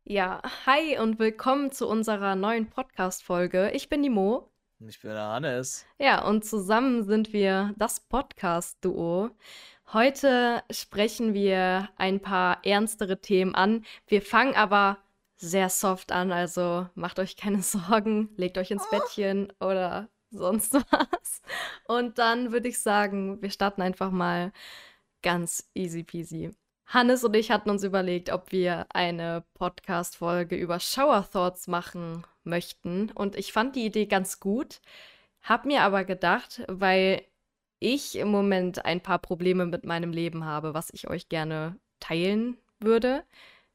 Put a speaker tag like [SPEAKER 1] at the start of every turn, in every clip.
[SPEAKER 1] Ja, hi und willkommen zu unserer neuen Podcast-Folge. Ich bin die Mo.
[SPEAKER 2] Ich bin der Hannes.
[SPEAKER 1] Ja, und zusammen sind wir das Podcast-Duo. Heute sprechen wir ein paar ernstere Themen an. Wir fangen aber sehr soft an, also macht euch keine Sorgen, legt euch ins Bettchen oder sonst was. Und dann würde ich sagen, wir starten einfach mal ganz easy peasy. Hannes und ich hatten uns überlegt, ob wir eine Podcast-Folge über Shower Thoughts machen möchten. Und ich fand die Idee ganz gut, hab mir aber gedacht, weil ich im Moment ein paar Probleme mit meinem Leben habe, was ich euch gerne teilen würde,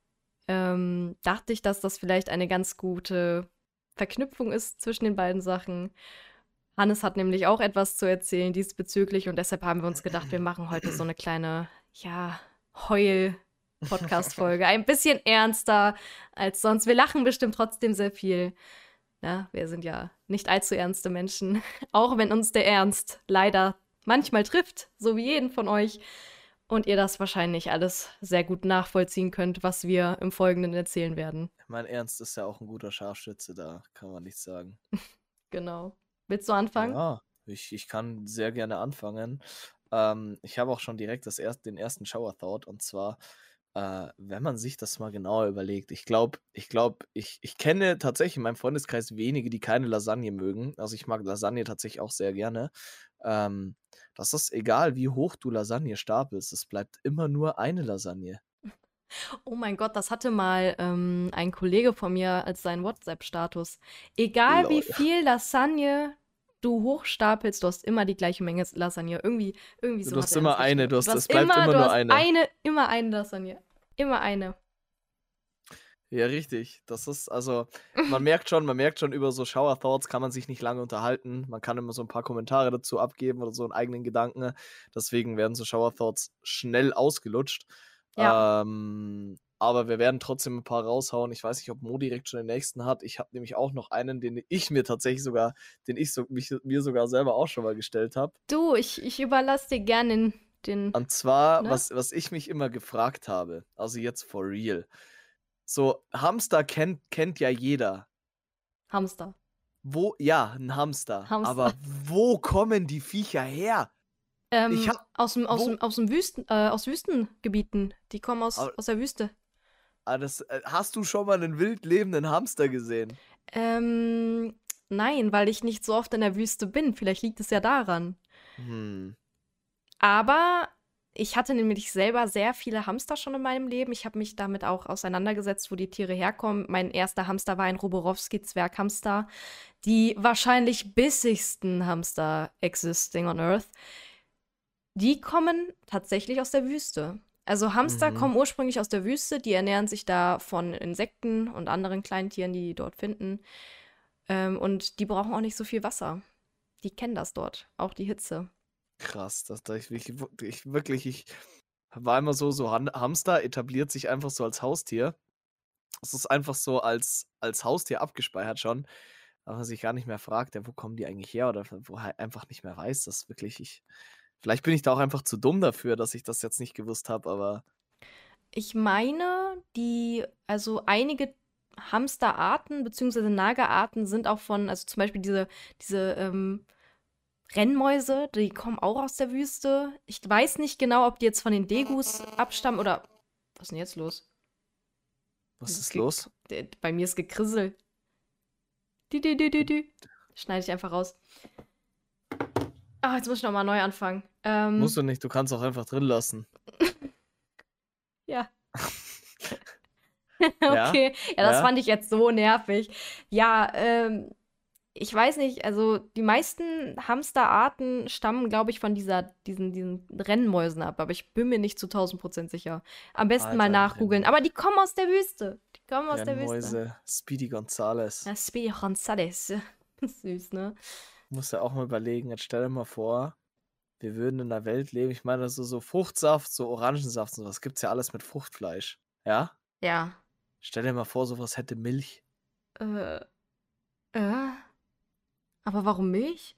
[SPEAKER 1] dachte ich, dass das vielleicht eine ganz gute Verknüpfung ist zwischen den beiden Sachen. Hannes hat nämlich auch etwas zu erzählen diesbezüglich und deshalb haben wir uns gedacht, wir machen heute so eine kleine, ja, Heul-Podcast-Folge. Ein bisschen ernster als sonst. Wir lachen bestimmt trotzdem sehr viel. Ja, wir sind ja nicht allzu ernste Menschen, auch wenn uns der Ernst leider manchmal trifft, so wie jeden von euch. Und ihr das wahrscheinlich alles sehr gut nachvollziehen könnt, was wir im Folgenden erzählen werden.
[SPEAKER 2] Mein Ernst ist ja auch ein guter Scharfschütze, da kann man nichts sagen.
[SPEAKER 1] Genau. Willst du anfangen?
[SPEAKER 2] Ja, ich kann sehr gerne anfangen. Ich habe auch schon direkt den ersten Shower Thought und zwar, wenn man sich das mal genauer überlegt. Ich kenne tatsächlich in meinem Freundeskreis wenige, die keine Lasagne mögen. Also ich mag Lasagne tatsächlich auch sehr gerne. Ähm, Das ist egal, wie hoch du Lasagne stapelst, es bleibt immer nur eine Lasagne.
[SPEAKER 1] Oh mein Gott, das hatte mal ein Kollege von mir als seinen WhatsApp-Status. Egal wie
[SPEAKER 2] Lol.
[SPEAKER 1] viel Lasagne du hochstapelst, du hast immer die gleiche Menge Lasagne. Irgendwie
[SPEAKER 2] Du
[SPEAKER 1] so hat
[SPEAKER 2] hast
[SPEAKER 1] er das
[SPEAKER 2] immer eine,
[SPEAKER 1] geschrieben.
[SPEAKER 2] es bleibt immer
[SPEAKER 1] Du
[SPEAKER 2] nur
[SPEAKER 1] hast
[SPEAKER 2] eine.
[SPEAKER 1] immer eine Lasagne. Immer eine.
[SPEAKER 2] Ja, richtig. Das ist also man merkt schon, über so Shower Thoughts kann man sich nicht lange unterhalten. Man kann immer so ein paar Kommentare dazu abgeben oder so 'n eigenen Gedanken. Deswegen werden so Shower Thoughts schnell ausgelutscht.
[SPEAKER 1] Ja,
[SPEAKER 2] Aber wir werden trotzdem ein paar raushauen. Ich weiß nicht, ob Mo direkt schon den nächsten hat. Ich habe nämlich auch noch einen, den ich mir sogar selber auch schon mal gestellt habe.
[SPEAKER 1] du, ich überlasse dir gerne den,
[SPEAKER 2] Und zwar,
[SPEAKER 1] ne?
[SPEAKER 2] was ich mich immer gefragt habe, also jetzt for real. So, Hamster kennt ja jeder.
[SPEAKER 1] Hamster.
[SPEAKER 2] Wo ja, 'n Hamster.
[SPEAKER 1] Hamster.
[SPEAKER 2] Aber wo kommen die Viecher her? Ich habe wo
[SPEAKER 1] Aus dem aus Wüstengebieten. Die kommen
[SPEAKER 2] a
[SPEAKER 1] aus der Wüste.
[SPEAKER 2] das hast du schon mal 'nen wild lebenden Hamster gesehen?
[SPEAKER 1] Ähm, nein, weil ich nicht so oft in der Wüste bin. Vielleicht liegt es ja daran.
[SPEAKER 2] Hm,
[SPEAKER 1] Aber ich hatte nämlich selber sehr viele Hamster schon in meinem Leben. Ich habe mich damit auch auseinandergesetzt, wo die Tiere herkommen. Mein erster Hamster war ein Roborowski-Zwerghamster. Die wahrscheinlich bissigsten Hamster existing on Earth. Die kommen tatsächlich aus der Wüste. Also Hamster
[SPEAKER 2] mhm.
[SPEAKER 1] kommen ursprünglich aus der Wüste. Die ernähren sich da von Insekten und anderen Kleintieren, die die dort finden. Und die brauchen auch nicht so viel Wasser. Die kennen das dort, auch die Hitze.
[SPEAKER 2] Krass, dass da ich war immer so Hamster etabliert sich einfach so als Haustier. Es ist einfach so als Haustier abgespeichert schon, aber man sich gar nicht mehr fragt: „Ja, wo kommen die eigentlich her?“ Oder wo halt einfach nicht mehr weiß, dass wirklich ich vielleicht bin ich da auch einfach zu dumm dafür, dass ich das jetzt nicht gewusst habe, aber
[SPEAKER 1] Ich meine, also einige Hamsterarten beziehungsweise Nagerarten sind auch von, also zum Beispiel diese Rennmäuse, die kommen auch aus der Wüste. Ich weiß nicht genau, ob die jetzt von den Degus abstammen oder. Was ist denn jetzt los?
[SPEAKER 2] was ist los?
[SPEAKER 1] Bei mir ist gekrissel. Du. Schneide ich einfach raus. Ah, jetzt muss ich nochmal neu anfangen.
[SPEAKER 2] Musst du nicht, du kannst auch einfach drin lassen.
[SPEAKER 1] Ja.
[SPEAKER 2] Ja,
[SPEAKER 1] Okay. Ja, das
[SPEAKER 2] ja.
[SPEAKER 1] fand ich jetzt so nervig. Ja, ich weiß nicht, also die meisten Hamsterarten stammen, glaube ich, von diesen Rennmäusen ab, aber ich bin mir nicht zu 1000% sicher. Am besten mal
[SPEAKER 2] Alter,
[SPEAKER 1] nachgoogeln. Aber die kommen aus der Wüste. Die kommen aus der Wüste.
[SPEAKER 2] Rennmäuse, Speedy Gonzales.
[SPEAKER 1] Ja, Speedy Gonzales. Süß, ne?
[SPEAKER 2] Musst ja auch mal überlegen, jetzt stell dir mal vor, wir würden in einer Welt leben, ich meine, so Fruchtsaft, so Orangensaft und so was gibt's ja alles mit Fruchtfleisch, ja?
[SPEAKER 1] Ja.
[SPEAKER 2] Stell dir mal vor, so was hätte Milch.
[SPEAKER 1] Äh, äh. Aber warum Milch?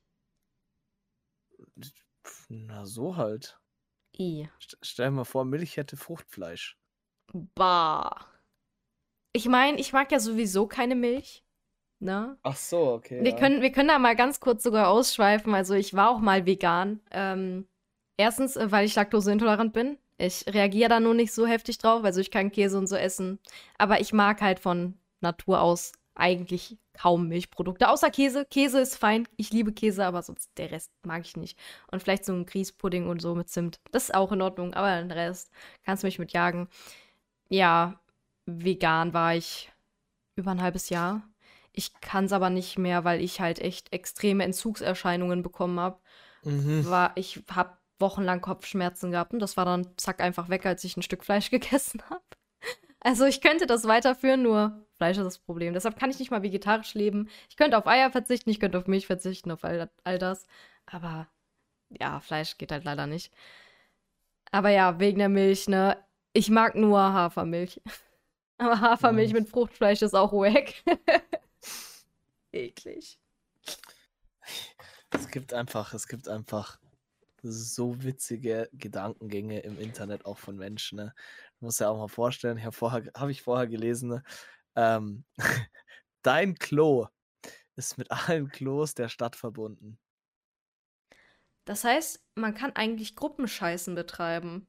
[SPEAKER 2] Na, so halt.
[SPEAKER 1] I.
[SPEAKER 2] Stell dir mal vor, Milch hätte Fruchtfleisch.
[SPEAKER 1] Bah. Ich meine, ich mag ja sowieso keine Milch, ne?
[SPEAKER 2] Ach so, okay,
[SPEAKER 1] Wir
[SPEAKER 2] ja.
[SPEAKER 1] können, wir können da mal ganz kurz sogar ausschweifen. Also ich war auch mal vegan. Erstens, weil ich laktoseintolerant bin. Ich reagiere da nur nicht so heftig drauf. Also ich kann Käse und so essen. Aber ich mag halt von Natur aus eigentlich kaum Milchprodukte. Außer Käse. Käse ist fein. Ich liebe Käse, aber sonst der Rest mag ich nicht. Und vielleicht so ein Grießpudding und so mit Zimt. Das ist auch in Ordnung. Aber den Rest kannst du mich mit jagen. Ja, vegan war ich über ein halbes Jahr. Ich kann es aber nicht mehr, weil ich halt echt extreme Entzugserscheinungen bekommen habe.
[SPEAKER 2] Mhm.
[SPEAKER 1] Ich habe wochenlang Kopfschmerzen gehabt und das war dann zack einfach weg, als ich ein Stück Fleisch gegessen habe. Also ich könnte das weiterführen, nur Fleisch ist das Problem. Deshalb kann ich nicht mal vegetarisch leben. Ich könnte auf Eier verzichten, ich könnte auf Milch verzichten, auf all das. Aber ja, Fleisch geht halt leider nicht. Aber ja, wegen der Milch, ne? Ich mag nur Hafermilch. Aber Hafermilch
[SPEAKER 2] Mhm.
[SPEAKER 1] mit Fruchtfleisch ist auch wack. Eklig.
[SPEAKER 2] Es gibt einfach so witzige Gedankengänge im Internet, auch von Menschen. Ne? Du musst ja auch mal vorstellen, habe ich vorher gelesen, ne? ähm, dein Klo ist mit allen Klos der Stadt verbunden.
[SPEAKER 1] Das heißt, man kann eigentlich Gruppenscheißen betreiben.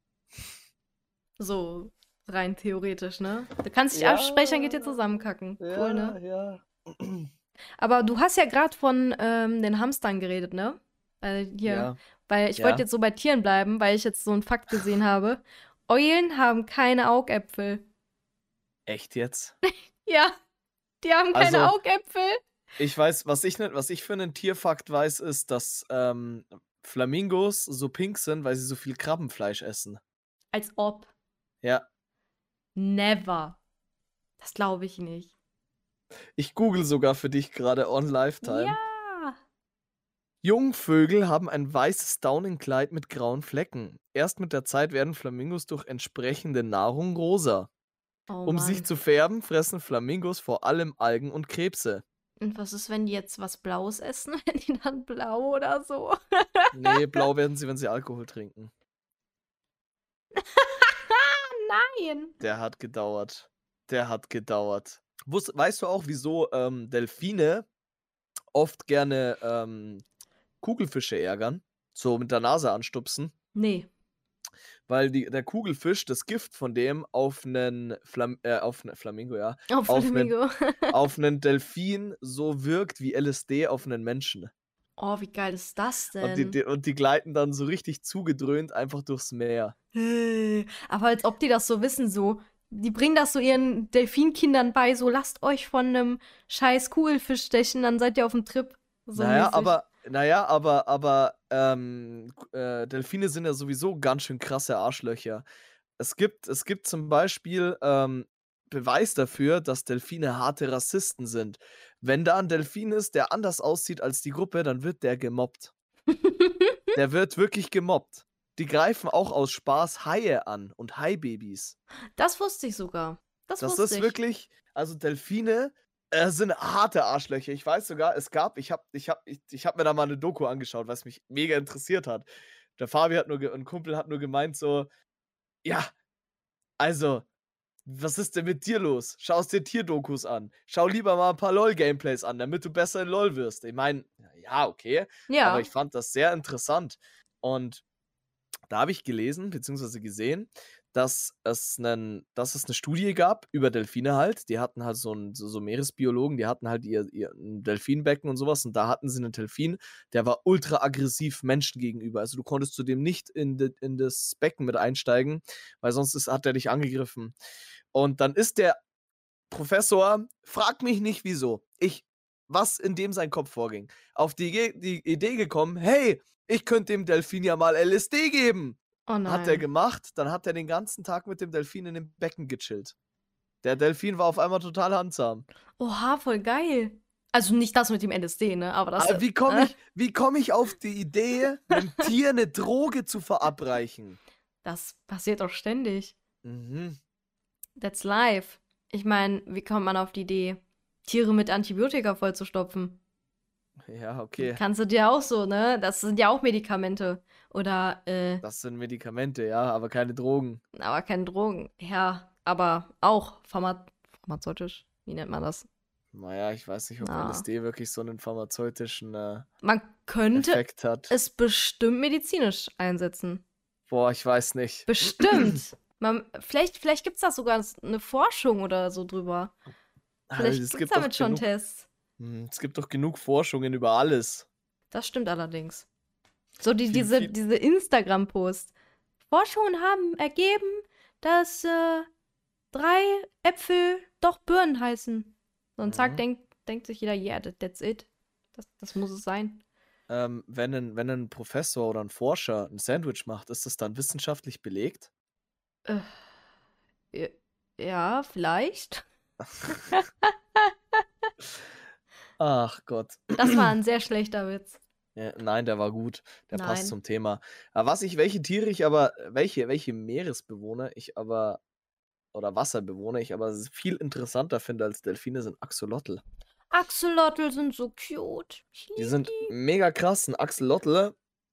[SPEAKER 1] So rein theoretisch, ne? Du kannst dich absprechen, dann geht ihr zusammenkacken. Cool, ne?
[SPEAKER 2] Ja.
[SPEAKER 1] Aber du hast ja gerade von den Hamstern geredet, ne? Hier,
[SPEAKER 2] Ja,
[SPEAKER 1] weil ich wollte
[SPEAKER 2] ja.
[SPEAKER 1] jetzt so bei Tieren bleiben, weil ich jetzt so einen Fakt gesehen habe. Eulen haben keine Augäpfel.
[SPEAKER 2] Echt jetzt?
[SPEAKER 1] Ja, die haben keine
[SPEAKER 2] Also,
[SPEAKER 1] Augäpfel.
[SPEAKER 2] ich weiß, was ich für einen Tierfakt weiß, ist, dass Flamingos so pink sind, weil sie so viel Krabbenfleisch essen.
[SPEAKER 1] Als ob.
[SPEAKER 2] Ja.
[SPEAKER 1] Never. Das glaube ich nicht.
[SPEAKER 2] Ich google sogar für dich gerade on
[SPEAKER 1] Ja.
[SPEAKER 2] Lifetime. Jungvögel haben ein weißes Daunenkleid mit grauen Flecken. Erst mit der Zeit werden Flamingos durch entsprechende Nahrung rosa.
[SPEAKER 1] Oh
[SPEAKER 2] Um sich
[SPEAKER 1] Mann.
[SPEAKER 2] zu färben, fressen Flamingos vor allem Algen und Krebse.
[SPEAKER 1] Und was ist, wenn die jetzt was Blaues essen? Wenn die dann blau oder so?
[SPEAKER 2] Nee, blau werden sie, wenn sie Alkohol trinken.
[SPEAKER 1] Nein.
[SPEAKER 2] Der hat gedauert. Der hat gedauert. Weißt du auch, wieso Delfine oft gerne Kugelfische ärgern? So mit der Nase anstupsen?
[SPEAKER 1] Nee.
[SPEAKER 2] Weil der Kugelfisch das Gift von dem auf einen Flamingo, ja,
[SPEAKER 1] Oh,
[SPEAKER 2] auf einen
[SPEAKER 1] Flamingo.
[SPEAKER 2] auf 'nen Delfin so wirkt wie LSD auf einen Menschen.
[SPEAKER 1] Oh, wie geil ist das
[SPEAKER 2] Und
[SPEAKER 1] denn?
[SPEAKER 2] die gleiten dann so richtig zugedröhnt einfach durchs Meer.
[SPEAKER 1] Aber als ob die das so wissen, so. Die bringen das so ihren Delfinkindern bei, so lasst euch von einem scheiß Kugelfisch stechen, dann seid ihr auf dem Trip. So
[SPEAKER 2] Naja,
[SPEAKER 1] mäßig.
[SPEAKER 2] Delfine sind ja sowieso ganz schön krasse Arschlöcher. Es gibt zum Beispiel, Beweis dafür, dass Delfine harte Rassisten sind. Wenn da 'n Delfin ist, der anders aussieht als die Gruppe, dann wird der gemobbt. Der wird wirklich gemobbt. Die greifen auch aus Spaß Haie an und Haibabys.
[SPEAKER 1] Das wusste ich sogar. Das
[SPEAKER 2] Das
[SPEAKER 1] wusste
[SPEAKER 2] ist
[SPEAKER 1] ich.
[SPEAKER 2] wirklich also Delfine, sind harte Arschlöcher. Ich weiß sogar, ich habe mir da mal 'ne Doku angeschaut, was mich mega interessiert hat. Der Fabi hat nur ge 'n Kumpel hat nur gemeint so: „Ja, also, was ist denn mit dir los? Schaust dir Tierdokus an. Schau lieber mal 'n paar LOL-Gameplays an, damit du besser in LOL wirst.“ Ich meine, ja, okay, aber
[SPEAKER 1] Ja.
[SPEAKER 2] ich fand das sehr interessant. Und da habe ich gelesen beziehungsweise gesehen, dass es 'ne Studie gab über Delfine halt. Die hatten halt so Meeresbiologen, die hatten halt ihr 'n Delfinbecken und so was und da hatten sie 'nen Delfin, der war ultra aggressiv Menschen gegenüber. Also, du konntest zu dem nicht in das Becken mit einsteigen, weil sonst hat der dich angegriffen. Und dann ist der Professor, frag mich nicht wieso, was in dem sein Kopf vorging, auf die Idee gekommen: „Hey, ich könnte dem Delfin ja mal LSD geben.“
[SPEAKER 1] Oh
[SPEAKER 2] Hat er
[SPEAKER 1] nein.
[SPEAKER 2] gemacht, dann hat er den ganzen Tag mit dem Delfin in dem Becken gechillt. Der Delfin war auf einmal total handsam.
[SPEAKER 1] Oha, voll geil. Also nicht das mit dem LSD, ne? Aber das.
[SPEAKER 2] Wie komme ich auf die Idee, 'nem Tier 'ne Droge zu verabreichen?
[SPEAKER 1] Das passiert doch ständig.
[SPEAKER 2] Mhm.
[SPEAKER 1] That's life. Ich meine, wie kommt man auf die Idee, Tiere mit Antibiotika vollzustopfen?
[SPEAKER 2] Ja, okay.
[SPEAKER 1] Kannst du dir auch so, ne? Das sind ja auch Medikamente. Oder,
[SPEAKER 2] Das sind Medikamente, ja, aber keine Drogen.
[SPEAKER 1] aber keine Drogen. Ja, aber auch pharmazeutisch, wie nennt man das?
[SPEAKER 2] Naja, ich weiß nicht, ob
[SPEAKER 1] Na.
[SPEAKER 2] LSD wirklich so einen pharmazeutischen
[SPEAKER 1] Man könnte
[SPEAKER 2] Effekt hat.
[SPEAKER 1] es bestimmt medizinisch einsetzen.
[SPEAKER 2] Boah, ich weiß nicht.
[SPEAKER 1] Bestimmt. Vielleicht gibt es da sogar eine Forschung oder so drüber. Vielleicht
[SPEAKER 2] Es
[SPEAKER 1] gibt es
[SPEAKER 2] gibt doch
[SPEAKER 1] damit schon
[SPEAKER 2] genug,
[SPEAKER 1] Tests.
[SPEAKER 2] es gibt doch genug Forschungen über alles.
[SPEAKER 1] Das stimmt allerdings. So
[SPEAKER 2] Viel,
[SPEAKER 1] diese
[SPEAKER 2] viel.
[SPEAKER 1] Instagram-Posts. Forschungen haben ergeben, dass 3 Äpfel doch Birnen heißen. So ein Zack denkt sich jeder, yeah, that's it. Das muss es sein.
[SPEAKER 2] Wenn ein Professor oder ein Forscher ein Sandwich macht, ist das dann wissenschaftlich belegt?
[SPEAKER 1] Äh, ja, vielleicht.
[SPEAKER 2] Ach Gott.
[SPEAKER 1] Das war ein sehr schlechter Witz.
[SPEAKER 2] Ja, nein, der war gut. Der passt
[SPEAKER 1] Nein.
[SPEAKER 2] zum Thema. Aber welche Meeresbewohner oder Wasserbewohner ich aber viel interessanter finde als Delfine, sind Axolotl.
[SPEAKER 1] Axolotl sind so cute. Ich
[SPEAKER 2] Die
[SPEAKER 1] lieb
[SPEAKER 2] sind
[SPEAKER 1] die.
[SPEAKER 2] mega krass. Ein Axolotl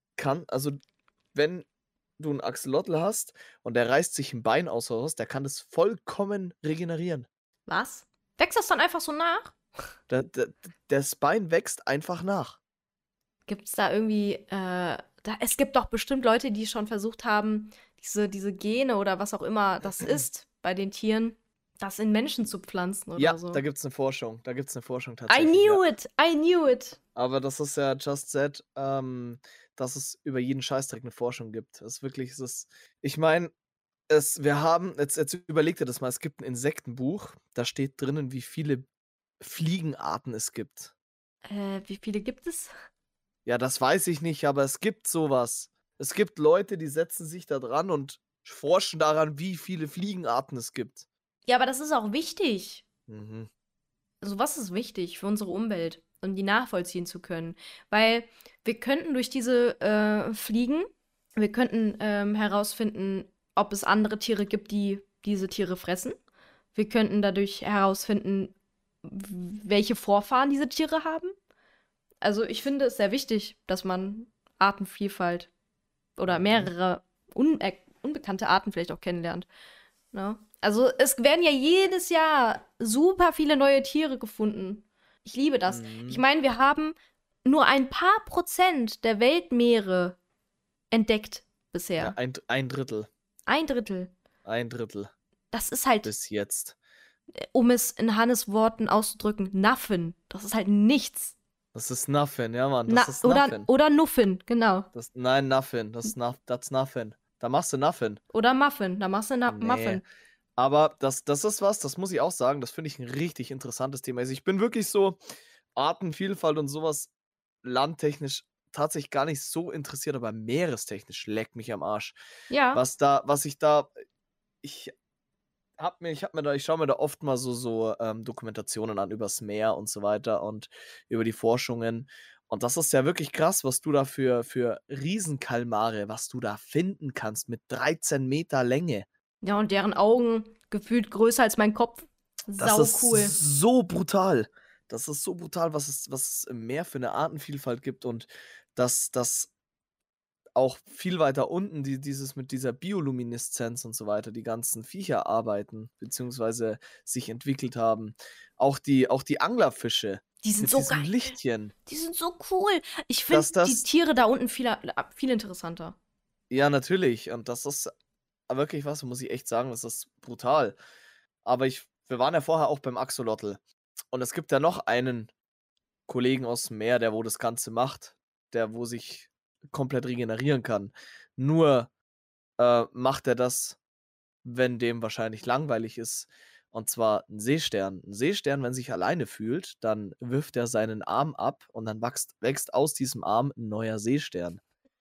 [SPEAKER 2] wenn du einen Axolotl hast und der reißt sich ein Bein aus, der kann das vollkommen regenerieren.
[SPEAKER 1] Was? Wächst das dann einfach so nach?
[SPEAKER 2] Das Bein wächst einfach nach.
[SPEAKER 1] Gibt es da irgendwie, es gibt doch bestimmt Leute, die schon versucht haben, diese Gene oder was auch immer das ist bei den Tieren, das in Menschen zu pflanzen oder
[SPEAKER 2] Ja,
[SPEAKER 1] so.
[SPEAKER 2] da gibt's eine Forschung. Da gibt's eine Forschung
[SPEAKER 1] I
[SPEAKER 2] tatsächlich.
[SPEAKER 1] knew
[SPEAKER 2] Ja.
[SPEAKER 1] it! I knew it!
[SPEAKER 2] Aber das ist ja just said, dass es über jeden Scheißdreck eine Forschung gibt. Das ist wirklich, ich meine, jetzt überleg dir das mal, es gibt ein Insektenbuch, da steht drinnen, wie viele Fliegenarten es gibt.
[SPEAKER 1] Wie viele gibt es?
[SPEAKER 2] Ja, das weiß ich nicht, aber es gibt sowas. Es gibt Leute, die setzen sich da dran und forschen daran, wie viele Fliegenarten es gibt.
[SPEAKER 1] Ja, aber das ist auch wichtig.
[SPEAKER 2] Mhm.
[SPEAKER 1] Also was ist wichtig für unsere Umwelt, um die nachvollziehen zu können? Weil wir könnten durch diese Fliegen, wir könnten herausfinden, ob es andere Tiere gibt, die diese Tiere fressen. Wir könnten dadurch herausfinden, welche Vorfahren diese Tiere haben. Also ich finde es sehr wichtig, dass man Artenvielfalt oder mehrere unbekannte Arten vielleicht auch kennenlernt. Ne? Also es werden ja jedes Jahr super viele neue Tiere gefunden. Ich liebe das. Ich meine, wir haben nur ein paar Prozent der Weltmeere entdeckt bisher.
[SPEAKER 2] Ja, ein Drittel.
[SPEAKER 1] Ein Drittel.
[SPEAKER 2] Ein Drittel.
[SPEAKER 1] Das ist halt,
[SPEAKER 2] Bis jetzt.
[SPEAKER 1] um es in Hannes Worten auszudrücken, Nothing. Das ist halt nichts.
[SPEAKER 2] Das ist nothing, ja, Mann. Das ist nothing.
[SPEAKER 1] Oder Nuffin, genau.
[SPEAKER 2] Nein, nothing. That's nothing. Da machst du nothing.
[SPEAKER 1] Oder Muffin, da machst du Muffin.
[SPEAKER 2] Aber das ist was, das muss ich auch sagen, das finde ich ein richtig interessantes Thema. Also ich bin wirklich so Artenvielfalt und sowas landtechnisch tatsächlich gar nicht so interessiert, aber meerestechnisch leckt mich am Arsch.
[SPEAKER 1] Ja.
[SPEAKER 2] Ich schaue mir da oft mal so Dokumentationen an übers Meer und so weiter und über die Forschungen. Und das ist ja wirklich krass, was du da für Riesenkalmare, was du da finden kannst mit 13 Meter Länge.
[SPEAKER 1] Ja, und deren Augen gefühlt größer als mein Kopf. Sau cool.
[SPEAKER 2] Das ist so brutal. Das ist so brutal, was es im Meer für eine Artenvielfalt gibt und dass das auch viel weiter unten mit dieser Biolumineszenz und so weiter, die ganzen Viecher arbeiten, beziehungsweise sich entwickelt haben. Auch die Anglerfische.
[SPEAKER 1] Die sind
[SPEAKER 2] mit
[SPEAKER 1] so
[SPEAKER 2] diesem
[SPEAKER 1] geil.
[SPEAKER 2] Lichtchen.
[SPEAKER 1] Die sind so cool. Ich finde die Tiere da unten viel interessanter.
[SPEAKER 2] Ja, natürlich. Und das ist wirklich was, muss ich echt sagen, das ist brutal. Aber wir waren ja vorher auch beim Axolotl. Und es gibt ja noch einen Kollegen aus dem Meer, der wo das Ganze macht, der wo sich komplett regenerieren kann. Nur macht er das, wenn dem wahrscheinlich langweilig ist. Und zwar ein Seestern. Ein Seestern, wenn sich alleine fühlt, dann wirft er seinen Arm ab und dann wächst aus diesem Arm ein neuer Seestern.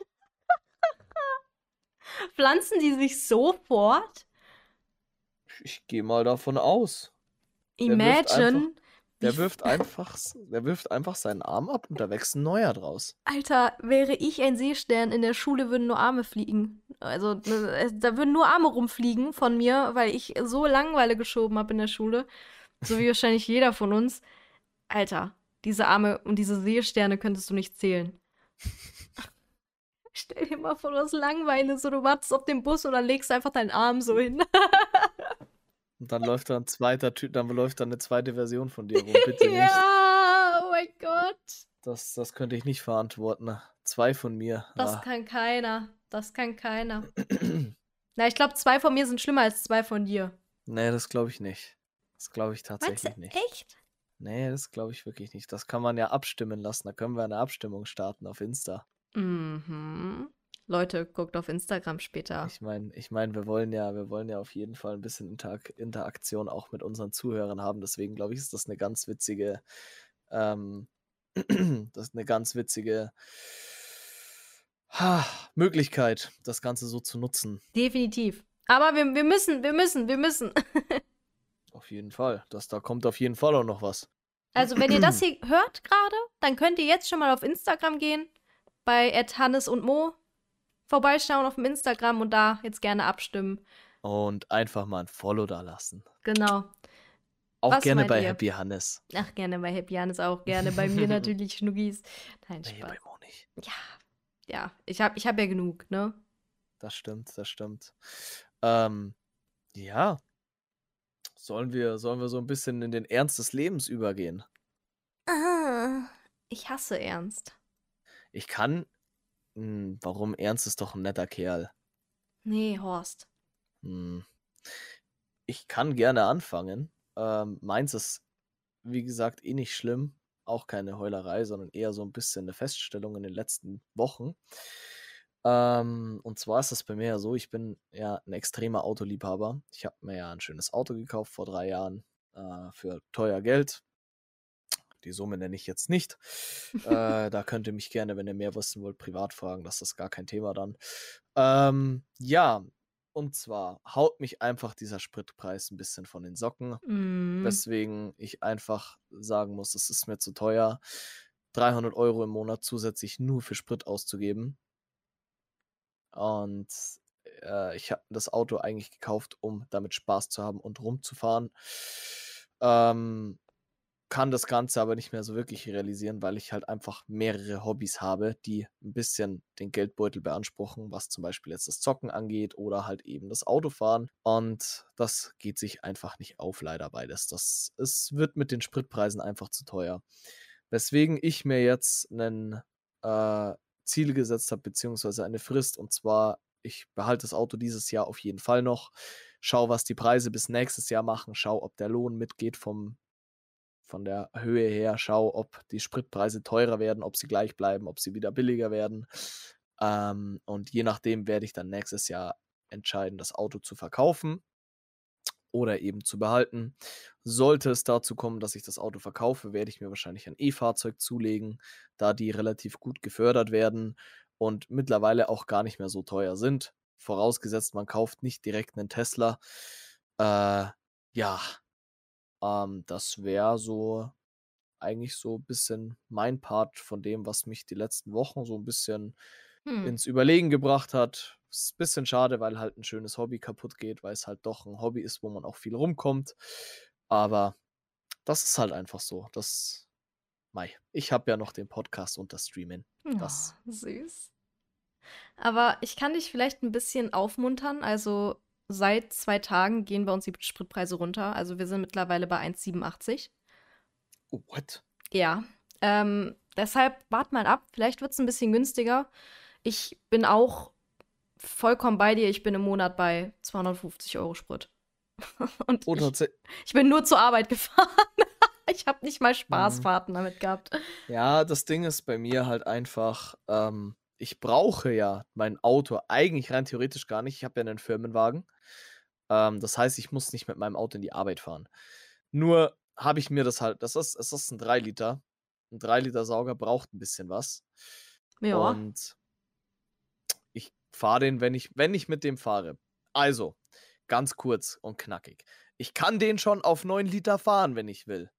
[SPEAKER 1] Pflanzen die sich sofort?
[SPEAKER 2] Ich gehe mal davon aus.
[SPEAKER 1] Imagine.
[SPEAKER 2] Der wirft einfach seinen Arm ab und da wächst ein neuer draus.
[SPEAKER 1] Alter, wäre ich ein Seestern, in der Schule würden nur Arme fliegen. Also, da würden nur Arme rumfliegen von mir, weil ich so Langeweile geschoben habe in der Schule. So wie wahrscheinlich jeder von uns. Alter, diese Arme und diese Seesterne könntest du nicht zählen. Stell dir mal vor, du hast Langeweile, so du wartest auf den Bus und dann legst einfach deinen Arm so hin.
[SPEAKER 2] Und dann läuft da 'n zweiter Typ dann läuft da 'ne zweite Version von dir rum. Bitte nicht.
[SPEAKER 1] Ja, oh mein Gott.
[SPEAKER 2] Das könnte ich nicht verantworten. 2 von mir.
[SPEAKER 1] Das kann keiner. Das kann keiner. Na, ich glaube, 2 von mir sind schlimmer als 2 von dir.
[SPEAKER 2] Ne, das glaube ich nicht. Das glaube ich
[SPEAKER 1] Meinst du
[SPEAKER 2] tatsächlich nicht.
[SPEAKER 1] echt?
[SPEAKER 2] Ne, das glaube ich wirklich nicht. Das kann man ja abstimmen lassen. Da können wir 'ne Abstimmung starten auf Insta.
[SPEAKER 1] Mhm. Leute, guckt auf Instagram später.
[SPEAKER 2] Ich meine, wir wollen ja auf jeden Fall 'n bisschen Interaktion auch mit unseren Zuhörern haben. Deswegen glaube ich, ist das 'ne ganz witzige ähm, das ist 'ne ganz witzige Möglichkeit, das Ganze so zu nutzen.
[SPEAKER 1] Definitiv. Aber wir müssen.
[SPEAKER 2] Auf jeden Fall. Da kommt auf jeden Fall auch noch was.
[SPEAKER 1] Also, wenn ihr das hier hört gerade, dann könnt ihr jetzt schon mal auf Instagram gehen, bei @Hannes und Mo vorbeischauen auf dem Instagram und da jetzt gerne abstimmen.
[SPEAKER 2] Und einfach mal 'n Follow dalassen.
[SPEAKER 1] Genau.
[SPEAKER 2] Auch
[SPEAKER 1] Was
[SPEAKER 2] gerne
[SPEAKER 1] meint
[SPEAKER 2] bei
[SPEAKER 1] ihr?
[SPEAKER 2] Happy Hannes.
[SPEAKER 1] Ach, gerne bei Happy Hannes auch, gerne bei mir natürlich Schnuggis. Nein,
[SPEAKER 2] Ne,
[SPEAKER 1] Spaß.
[SPEAKER 2] bei Mo nicht.
[SPEAKER 1] Ja, ja, ich hab ja genug, ne?
[SPEAKER 2] Das stimmt, das stimmt. Ähm, ja, sollen wir so 'n bisschen in den Ernst des Lebens übergehen?
[SPEAKER 1] Ah, ich hasse Ernst.
[SPEAKER 2] Ich kann warum? Ernst ist doch 'n netter Kerl.
[SPEAKER 1] Ne, Horst.
[SPEAKER 2] Hm, ich kann gerne anfangen. Meins ist, wie gesagt, eh nicht schlimm, auch keine Heulerei, sondern eher so 'n bisschen 'ne Feststellung in den letzten Wochen. Und zwar ist das bei mir ja so, ich bin ja 'n extremer Autoliebhaber. Ich habe mir ja 'n schönes Auto gekauft vor 3 Jahren, für teuer Geld. Die Summe nenne ich jetzt nicht. Da könnt ihr mich gerne, wenn ihr mehr wissen wollt, privat fragen. Das ist gar kein Thema dann. Ja, und zwar haut mich einfach dieser Spritpreis 'n bisschen von den Socken,
[SPEAKER 1] Mhm.
[SPEAKER 2] weswegen ich einfach sagen muss, es ist mir zu teuer, 300 € im Monat zusätzlich nur für Sprit auszugeben. Und, ich habe das Auto eigentlich gekauft, um damit Spaß zu haben und rumzufahren. Ähm, kann das Ganze aber nicht mehr so wirklich realisieren, weil ich halt einfach mehrere Hobbys habe, die 'n bisschen den Geldbeutel beanspruchen, was zum Beispiel jetzt das Zocken angeht oder halt eben das Autofahren. Und das geht sich einfach nicht auf, leider beides. Es wird mit den Spritpreisen einfach zu teuer. Weswegen ich mir jetzt 'nen, Ziel gesetzt habe, beziehungsweise eine Frist. Und zwar, ich behalte das Auto dieses Jahr auf jeden Fall noch, schaue, was die Preise bis nächstes Jahr machen, schaue, ob der Lohn mitgeht von der Höhe her, schaue, ob die Spritpreise teurer werden, ob sie gleich bleiben, ob sie wieder billiger werden. Und je nachdem werde ich dann nächstes Jahr entscheiden, das Auto zu verkaufen oder eben zu behalten. Sollte es dazu kommen, dass ich das Auto verkaufe, werde ich mir wahrscheinlich ein E-Fahrzeug zulegen, da die relativ gut gefördert werden und mittlerweile auch gar nicht mehr so teuer sind. Vorausgesetzt, man kauft nicht direkt einen Tesla. Ja, das wäre so eigentlich so ein bisschen mein Part von dem, was mich die letzten Wochen so ein bisschen
[SPEAKER 1] Hm.
[SPEAKER 2] ins Überlegen gebracht hat. Ist ein bisschen schade, weil halt ein schönes Hobby kaputt geht, weil es halt doch ein Hobby ist, wo man auch viel rumkommt. Aber das ist halt einfach so. Ich habe ja noch den Podcast und das Streamen. Das
[SPEAKER 1] Oh, süß. Aber ich kann dich vielleicht ein bisschen aufmuntern. Also, seit 2 Tagen gehen bei uns die Spritpreise runter. Also, wir sind mittlerweile bei 1,87.
[SPEAKER 2] oh, what?
[SPEAKER 1] Ja, deshalb wart mal ab. Vielleicht wird's ein bisschen günstiger. Ich bin auch vollkommen bei dir. Ich bin im Monat bei 250 € Sprit. Und
[SPEAKER 2] Oh,
[SPEAKER 1] ich bin nur zur Arbeit gefahren. Ich habe nicht mal Spaßfahrten damit gehabt.
[SPEAKER 2] Ja, das Ding ist bei mir halt einfach, ich brauche ja mein Auto eigentlich rein theoretisch gar nicht. Ich habe ja einen Firmenwagen. Das heißt, ich muss nicht mit meinem Auto in die Arbeit fahren. Nur habe ich mir das halt es ist 'n 3 Liter. 'N 3 Liter Sauger braucht ein bisschen was.
[SPEAKER 1] Ja.
[SPEAKER 2] Und ich fahre den, wenn ich mit dem fahre. Also, ganz kurz und knackig. Ich kann den schon auf 9 Liter fahren, wenn ich will.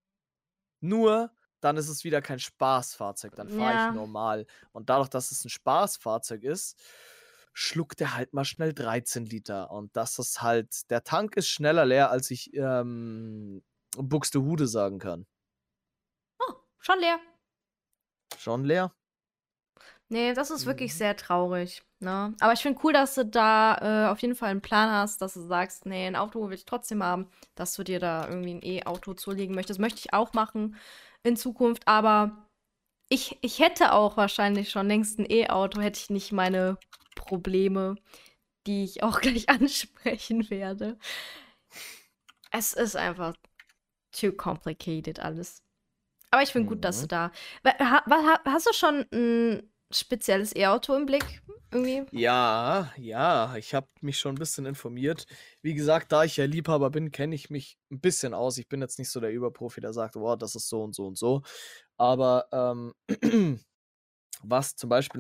[SPEAKER 2] Nur, dann ist es wieder kein Spaßfahrzeug, dann fahre ich
[SPEAKER 1] Ja.
[SPEAKER 2] normal. Und dadurch, dass es 'n Spaßfahrzeug ist, schluckt der halt mal schnell 13 Liter. Und das ist halt der Tank ist schneller leer, als ich, Buxtehude sagen kann.
[SPEAKER 1] Oh, schon leer.
[SPEAKER 2] Schon leer?
[SPEAKER 1] Nee, das ist wirklich
[SPEAKER 2] Mhm.
[SPEAKER 1] sehr traurig, ne? Aber ich finde cool, dass du da auf jeden Fall einen Plan hast, dass du sagst, nee, ein Auto will ich trotzdem haben, dass du dir da irgendwie ein E-Auto zulegen möchtest. Möchte ich auch machen in Zukunft, aber ich hätte auch wahrscheinlich schon längst ein E-Auto, hätte ich nicht meine Probleme, die ich auch gleich ansprechen werde. Es ist einfach too complicated alles. Aber ich finde gut, dass du
[SPEAKER 2] Mhm.
[SPEAKER 1] da. Hast du schon ein spezielles E-Auto im Blick? Irgendwie?
[SPEAKER 2] Ja, ja, ich habe mich schon ein bisschen informiert. Wie gesagt, da ich ja Liebhaber bin, kenne ich mich ein bisschen aus. Ich bin jetzt nicht so der Überprofi, der sagt: „Boah, das ist so und so und so.“ Aber, was zum Beispiel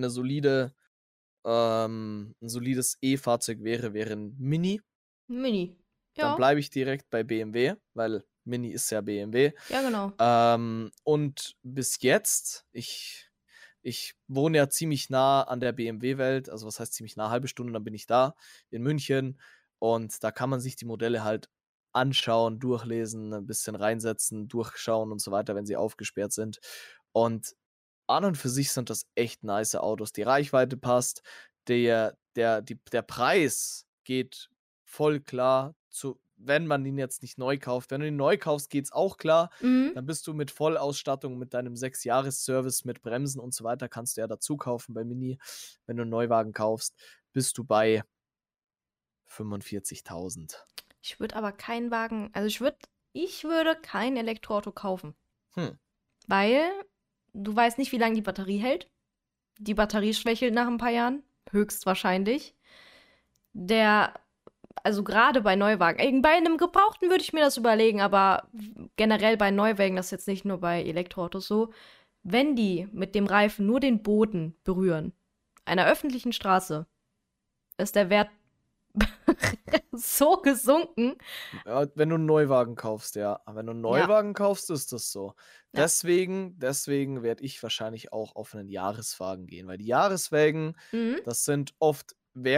[SPEAKER 2] 'n solides E-Fahrzeug wäre 'n Mini.
[SPEAKER 1] Mini.
[SPEAKER 2] Dann
[SPEAKER 1] Ja,
[SPEAKER 2] bleibe ich direkt bei BMW, weil Mini ist ja BMW.
[SPEAKER 1] ja, genau.
[SPEAKER 2] Und bis jetzt ich wohne ja ziemlich nah an der BMW-Welt, also was heißt ziemlich nah, halbe Stunde, dann bin ich da in München und da kann man sich die Modelle halt anschauen, durchlesen, ein bisschen reinsetzen, durchschauen und so weiter, wenn sie aufgesperrt sind. Und an und für sich sind das echt nice Autos. Die Reichweite passt, der Preis geht voll klar zu, wenn man ihn jetzt nicht neu kauft. Wenn du ihn neu kaufst, geht's auch klar.
[SPEAKER 1] Mhm.
[SPEAKER 2] Dann bist du mit Vollausstattung, mit deinem 6-Jahres-Service, mit Bremsen und so weiter, kannst du ja dazu kaufen bei Mini. Wenn du 'n Neuwagen kaufst, bist du bei 45.000.
[SPEAKER 1] Ich würde aber keinen Wagen, also ich würde kein Elektroauto kaufen,
[SPEAKER 2] Hm,
[SPEAKER 1] weil du weißt nicht, wie lange die Batterie hält. Die Batterie schwächelt nach ein paar Jahren, höchstwahrscheinlich. Der, also gerade bei Neuwagen, bei einem Gebrauchten würde ich mir das überlegen, aber generell bei Neuwagen, das ist jetzt nicht nur bei Elektroautos so, wenn die mit dem Reifen nur den Boden berühren, einer öffentlichen Straße, ist der Wert so gesunken.
[SPEAKER 2] ja, wenn du 'n Neuwagen kaufst, ja. Wenn du 'n
[SPEAKER 1] Ja,
[SPEAKER 2] Neuwagen kaufst, ist das so.
[SPEAKER 1] ja.
[SPEAKER 2] Deswegen werde ich wahrscheinlich auch auf 'nen Jahreswagen gehen, weil die Jahreswägen,
[SPEAKER 1] Mhm.
[SPEAKER 2] das sind oft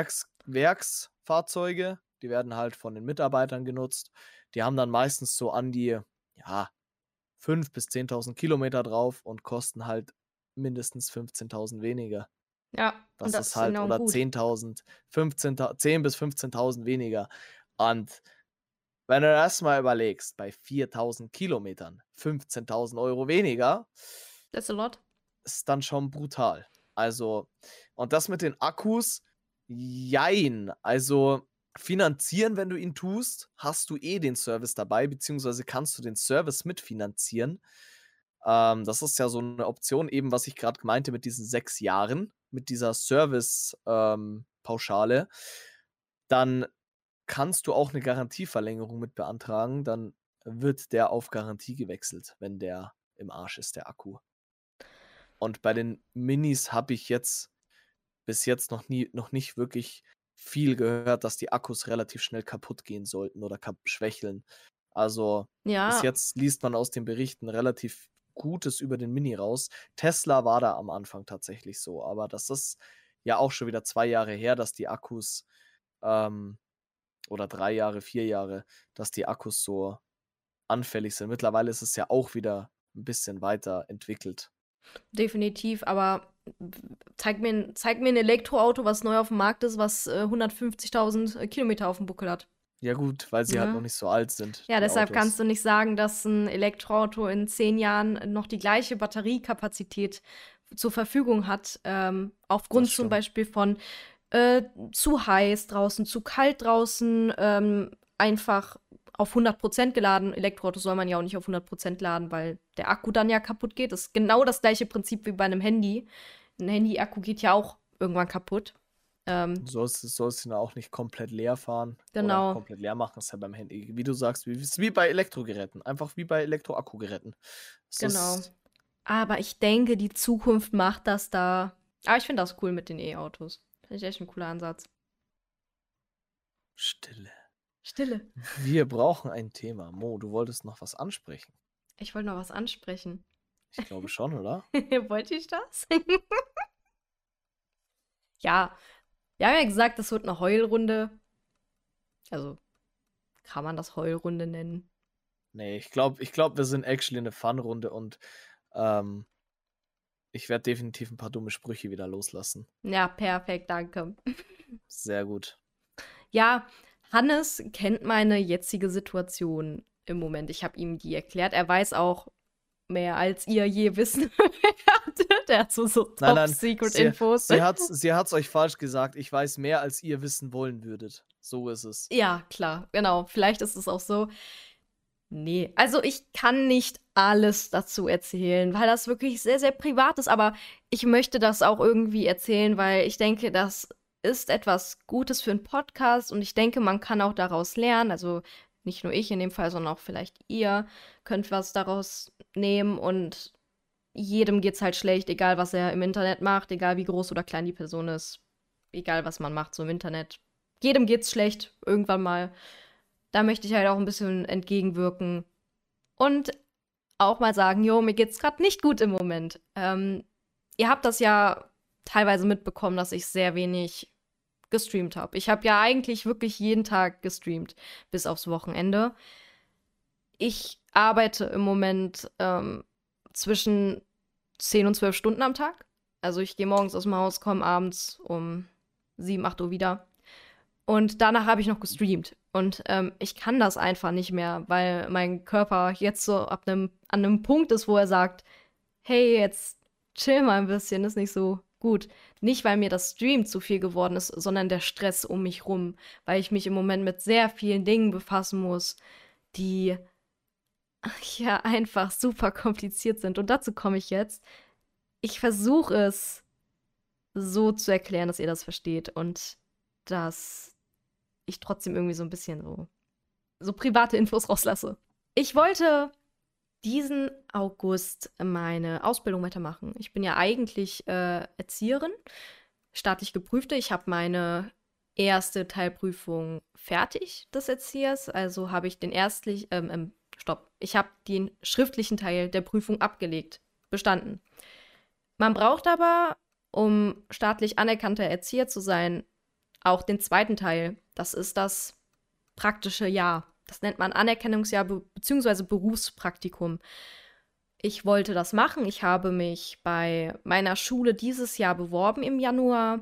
[SPEAKER 2] Werksfahrzeuge, die werden halt von den Mitarbeitern genutzt. Die haben dann meistens so an die, ja, 5 bis 10.000 Kilometer drauf und kosten halt mindestens 15.000 weniger.
[SPEAKER 1] Ja, und
[SPEAKER 2] Das
[SPEAKER 1] das
[SPEAKER 2] ist
[SPEAKER 1] ist
[SPEAKER 2] halt,
[SPEAKER 1] enorm
[SPEAKER 2] oder
[SPEAKER 1] gut.
[SPEAKER 2] 10.000, 10 bis 15.000 weniger. Und wenn du das mal überlegst, bei 4.000 Kilometern 15.000 € weniger,
[SPEAKER 1] That's a lot.
[SPEAKER 2] ist dann schon brutal. Also, und das mit den Akkus, jein. Also, finanzieren, wenn du ihn tust, hast du eh den Service dabei, beziehungsweise kannst du den Service mitfinanzieren. Das ist ja so eine Option, eben was ich gerade meinte mit diesen 6 Jahren, mit dieser Service Pauschale. Dann kannst du auch 'ne Garantieverlängerung mit beantragen, dann wird der auf Garantie gewechselt, wenn der im Arsch ist, der Akku. Und bei den Minis habe ich jetzt bis jetzt noch nicht wirklich viel gehört, dass die Akkus relativ schnell kaputt gehen sollten oder schwächeln. Also, bis
[SPEAKER 1] Ja,
[SPEAKER 2] jetzt liest man aus den Berichten relativ Gutes über den Mini raus. Tesla war da am Anfang tatsächlich so, aber das ist ja auch schon wieder 2 Jahre her, dass die Akkus, ähm oder 3 Jahre, 4 Jahre, dass die Akkus so anfällig sind. Mittlerweile ist es ja auch wieder 'n bisschen weiterentwickelt.
[SPEAKER 1] definitiv, aber zeig mir ein Elektroauto, was neu auf dem Markt ist, was 150.000 Kilometer auf dem Buckel hat.
[SPEAKER 2] Ja gut, weil sie halt noch
[SPEAKER 1] Ne?
[SPEAKER 2] nicht so alt sind,
[SPEAKER 1] Ja,
[SPEAKER 2] die
[SPEAKER 1] deshalb kannst
[SPEAKER 2] Autos.
[SPEAKER 1] du nicht sagen, dass ein Elektroauto in 10 Jahren noch die gleiche Batteriekapazität zur Verfügung hat,
[SPEAKER 2] Das
[SPEAKER 1] aufgrund zum
[SPEAKER 2] stimmt.
[SPEAKER 1] Beispiel von zu heiß draußen, zu kalt draußen, einfach auf 100% geladen. Elektroautos soll man ja auch nicht auf 100% laden, weil der Akku dann ja kaputt geht. Das ist genau das gleiche Prinzip wie bei einem Handy. Ein Handy-Akku geht ja auch irgendwann kaputt.
[SPEAKER 2] Du
[SPEAKER 1] Ähm,
[SPEAKER 2] sollst ihn auch nicht komplett leer fahren oder
[SPEAKER 1] genau,
[SPEAKER 2] komplett leer machen, ist ja beim Handy, wie du sagst, ist wie bei Elektrogeräten, einfach wie bei Elektroakkugeräten. Es
[SPEAKER 1] genau.
[SPEAKER 2] ist
[SPEAKER 1] Aber ich denke, die Zukunft macht das da. Aber ich finde das cool mit den E-Autos. Finde ich echt ein cooler Ansatz.
[SPEAKER 2] Stille.
[SPEAKER 1] Stille.
[SPEAKER 2] Wir brauchen ein Thema. Mo, du wolltest noch was ansprechen.
[SPEAKER 1] Ich wollte noch was ansprechen.
[SPEAKER 2] Ich glaube schon, oder?
[SPEAKER 1] Wollte ich das? Ja, wir haben ja gesagt, das wird eine Heulrunde. Also, kann man das Heulrunde nennen?
[SPEAKER 2] Ne, wir sind actually 'ne Fun-Runde und, ähm Ich werde definitiv ein paar dumme Sprüche wieder loslassen.
[SPEAKER 1] Ja, perfekt, danke.
[SPEAKER 2] Sehr gut.
[SPEAKER 1] Ja, Hannes kennt meine jetzige Situation im Moment. Ich habe ihm die erklärt. Er weiß auch mehr, als ihr je wissen werdet. Er hat so
[SPEAKER 2] Nein,
[SPEAKER 1] Top-Secret-Infos.
[SPEAKER 2] sie hat's euch falsch gesagt. Ich weiß mehr, als ihr wissen wollen würdet. So ist es.
[SPEAKER 1] Ja, klar, genau. Vielleicht ist es auch so. Nee, also ich kann nicht alles dazu erzählen, weil das wirklich sehr, sehr privat ist. Aber ich möchte das auch irgendwie erzählen, weil ich denke, das ist etwas Gutes für einen Podcast und ich denke, man kann auch daraus lernen. Also nicht nur ich in dem Fall, sondern auch vielleicht ihr könnt was daraus nehmen und jedem geht's halt schlecht, egal was er im Internet macht, egal wie groß oder klein die Person ist, egal was man macht so im Internet. Jedem geht's schlecht, irgendwann mal. Da möchte ich halt auch ein bisschen entgegenwirken und auch mal sagen, jo, mir geht's gerade nicht gut im Moment. Ihr habt das ja teilweise mitbekommen, dass ich sehr wenig gestreamt habe. Ich habe ja eigentlich wirklich jeden Tag gestreamt, bis aufs Wochenende. Ich arbeite im Moment zwischen 10 und 12 Stunden am Tag. Also ich gehe morgens aus dem Haus, komme abends um 7, 8 Uhr wieder. Und danach habe ich noch gestreamt. Und ich kann das einfach nicht mehr, weil mein Körper jetzt so an einem Punkt ist, wo er sagt, hey, jetzt chill mal ein bisschen, ist nicht so gut. Nicht, weil mir das Stream zu viel geworden ist, sondern der Stress um mich rum, weil ich mich im Moment mit sehr vielen Dingen befassen muss, die ja einfach super kompliziert sind. Und dazu komme ich jetzt. Ich versuche es so zu erklären, dass ihr das versteht und dass ich trotzdem irgendwie so ein bisschen so private Infos rauslasse. Ich wollte diesen August meine Ausbildung weitermachen. Ich bin ja eigentlich Erzieherin, staatlich Geprüfte. Ich habe meine erste Teilprüfung fertig des Erziehers. Also habe ich ich habe den schriftlichen Teil der Prüfung abgelegt, bestanden. Man braucht aber, um staatlich anerkannter Erzieher zu sein, auch den zweiten Teil. Das ist das praktische Jahr. Das nennt man Anerkennungsjahr bzw. Berufspraktikum. Ich wollte das machen. Ich habe mich bei meiner Schule dieses Jahr beworben im Januar.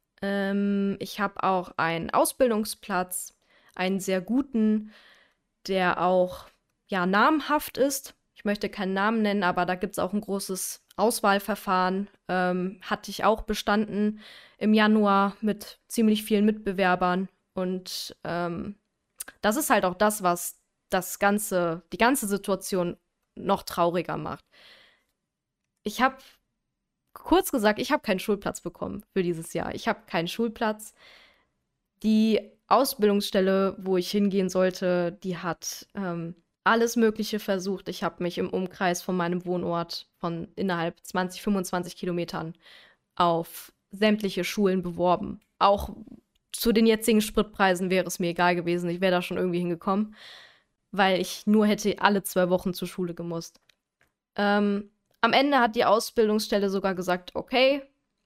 [SPEAKER 1] Ich habe auch einen Ausbildungsplatz, einen sehr guten, der auch ja namhaft ist. Ich möchte keinen Namen nennen, aber da gibt es auch ein großes Auswahlverfahren. Hatte ich auch bestanden im Januar mit ziemlich vielen Mitbewerbern. Und das ist halt auch das, was die ganze Situation noch trauriger macht. Ich habe, kurz gesagt, ich habe keinen Schulplatz bekommen für dieses Jahr. Ich habe keinen Schulplatz. Die Ausbildungsstelle, wo ich hingehen sollte, die hat alles Mögliche versucht. Ich habe mich im Umkreis von meinem Wohnort von innerhalb 20, 25 Kilometern auf sämtliche Schulen beworben. Auch zu den jetzigen Spritpreisen wäre es mir egal gewesen. Ich wäre da schon irgendwie hingekommen, weil ich nur hätte alle 2 Wochen zur Schule gemusst. Am Ende hat die Ausbildungsstelle sogar gesagt, okay,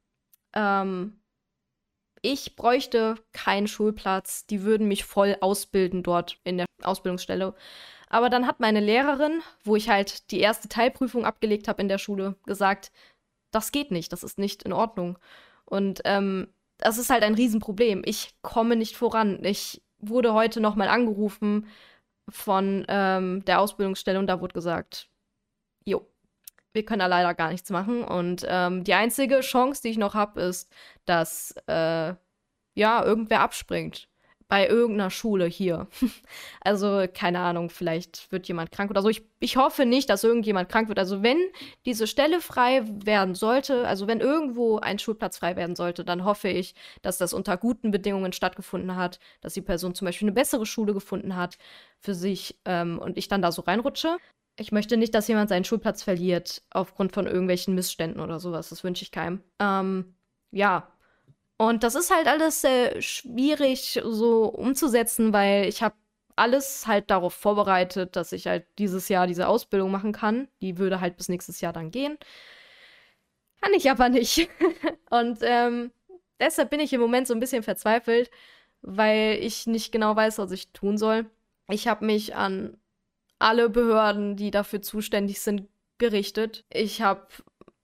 [SPEAKER 1] ich bräuchte keinen Schulplatz. Die würden mich voll ausbilden dort in der Ausbildungsstelle. Aber dann hat meine Lehrerin, wo ich halt die erste Teilprüfung abgelegt habe in der Schule, gesagt, das geht nicht, das ist nicht in Ordnung. Und das ist halt ein Riesenproblem. Ich komme nicht voran. Ich wurde heute nochmal angerufen von der Ausbildungsstelle und da wurde gesagt, jo, wir können da leider gar nichts machen. Und die einzige Chance, die ich noch habe, ist, dass ja, irgendwer abspringt. Bei irgendeiner Schule hier. Also, keine Ahnung, vielleicht wird jemand krank oder so. Ich hoffe nicht, dass irgendjemand krank wird. Also, wenn diese Stelle frei werden sollte, also wenn irgendwo ein Schulplatz frei werden sollte, dann hoffe ich, dass das unter guten Bedingungen stattgefunden hat, dass die Person zum Beispiel eine bessere Schule gefunden hat für sich und ich dann da so reinrutsche. Ich möchte nicht, dass jemand seinen Schulplatz verliert aufgrund von irgendwelchen Missständen oder sowas. Das wünsche ich keinem. Ja. Und das ist halt alles sehr schwierig so umzusetzen, weil ich habe alles halt darauf vorbereitet, dass ich halt dieses Jahr diese Ausbildung machen kann. Die würde halt bis nächstes Jahr dann gehen. Kann ich aber nicht. Und deshalb bin ich im Moment so ein bisschen verzweifelt, weil ich nicht genau weiß, was ich tun soll. Ich habe mich an alle Behörden, die dafür zuständig sind, gerichtet. Ich habe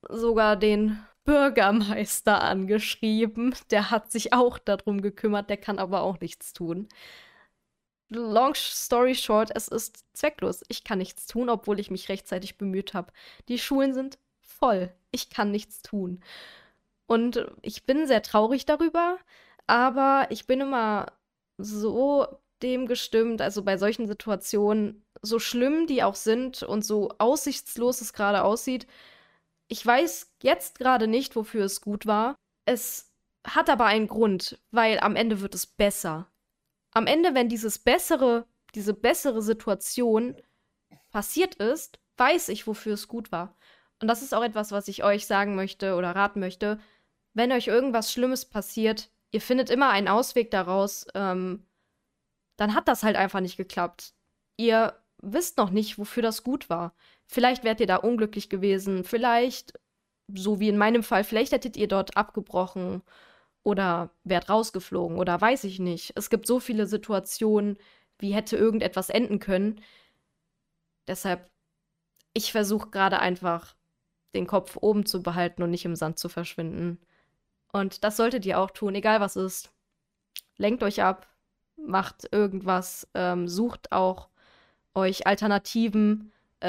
[SPEAKER 1] sogar den Bürgermeister angeschrieben. Der hat sich auch darum gekümmert, der kann aber auch nichts tun. Long story short, es ist zwecklos. Ich kann nichts tun, obwohl ich mich rechtzeitig bemüht habe. Die Schulen sind voll. Ich kann nichts tun. Und ich bin sehr traurig darüber, aber ich bin immer so dem gestimmt, also bei solchen Situationen, so schlimm die auch sind und so aussichtslos es gerade aussieht, ich weiß jetzt gerade nicht, wofür es gut war. Es hat aber einen Grund, weil am Ende wird es besser. Am Ende, wenn diese bessere Situation passiert ist, weiß ich, wofür es gut war. Und das ist auch etwas, was ich euch sagen möchte oder raten möchte. Wenn euch irgendwas Schlimmes passiert, ihr findet immer einen Ausweg daraus, dann hat das halt einfach nicht geklappt. Ihr wisst noch nicht, wofür das gut war. Vielleicht wärt ihr da unglücklich gewesen, vielleicht, so wie in meinem Fall, vielleicht hättet ihr dort abgebrochen oder wärt rausgeflogen oder weiß ich nicht. Es gibt so viele Situationen, wie hätte irgendetwas enden können. Deshalb, ich versuche gerade einfach, den Kopf oben zu behalten und nicht im Sand zu verschwinden. Und das solltet ihr auch tun, egal was ist. Lenkt euch ab, macht irgendwas, sucht auch euch Alternativen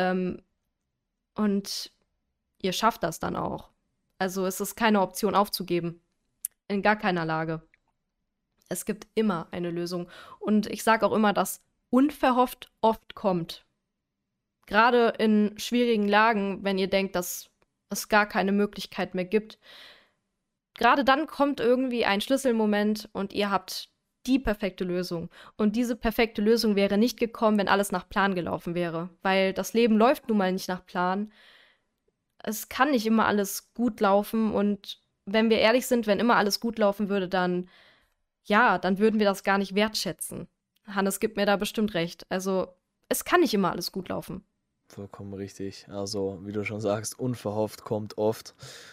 [SPEAKER 1] und ihr schafft das dann auch. Also es ist keine Option aufzugeben. In gar keiner Lage. Es gibt immer eine Lösung. Und ich sage auch immer, dass unverhofft oft kommt. Gerade in schwierigen Lagen, wenn ihr denkt, dass es gar keine Möglichkeit mehr gibt. Gerade dann kommt irgendwie ein Schlüsselmoment und ihr habt die perfekte Lösung. Und diese perfekte Lösung wäre nicht gekommen, wenn alles nach Plan gelaufen wäre. Weil das Leben läuft nun mal nicht nach Plan. Es kann nicht immer alles gut laufen. Und wenn wir ehrlich sind, wenn immer alles gut laufen würde, dann, ja, dann würden wir das gar nicht wertschätzen. Hannes gibt mir da bestimmt recht. Also, es kann nicht immer alles gut laufen.
[SPEAKER 2] Vollkommen richtig. Also, wie du schon sagst, unverhofft kommt oft.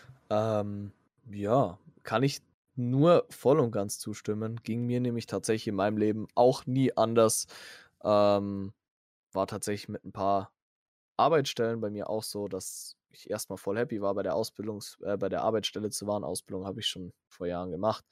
[SPEAKER 2] Ja, kann ich nur voll und ganz zustimmen. Ging mir nämlich tatsächlich in meinem Leben auch nie anders. War tatsächlich mit ein paar Arbeitsstellen bei mir auch so, dass ich erstmal voll happy war, bei der Arbeitsstelle zu waren. Ausbildung habe ich schon vor Jahren gemacht.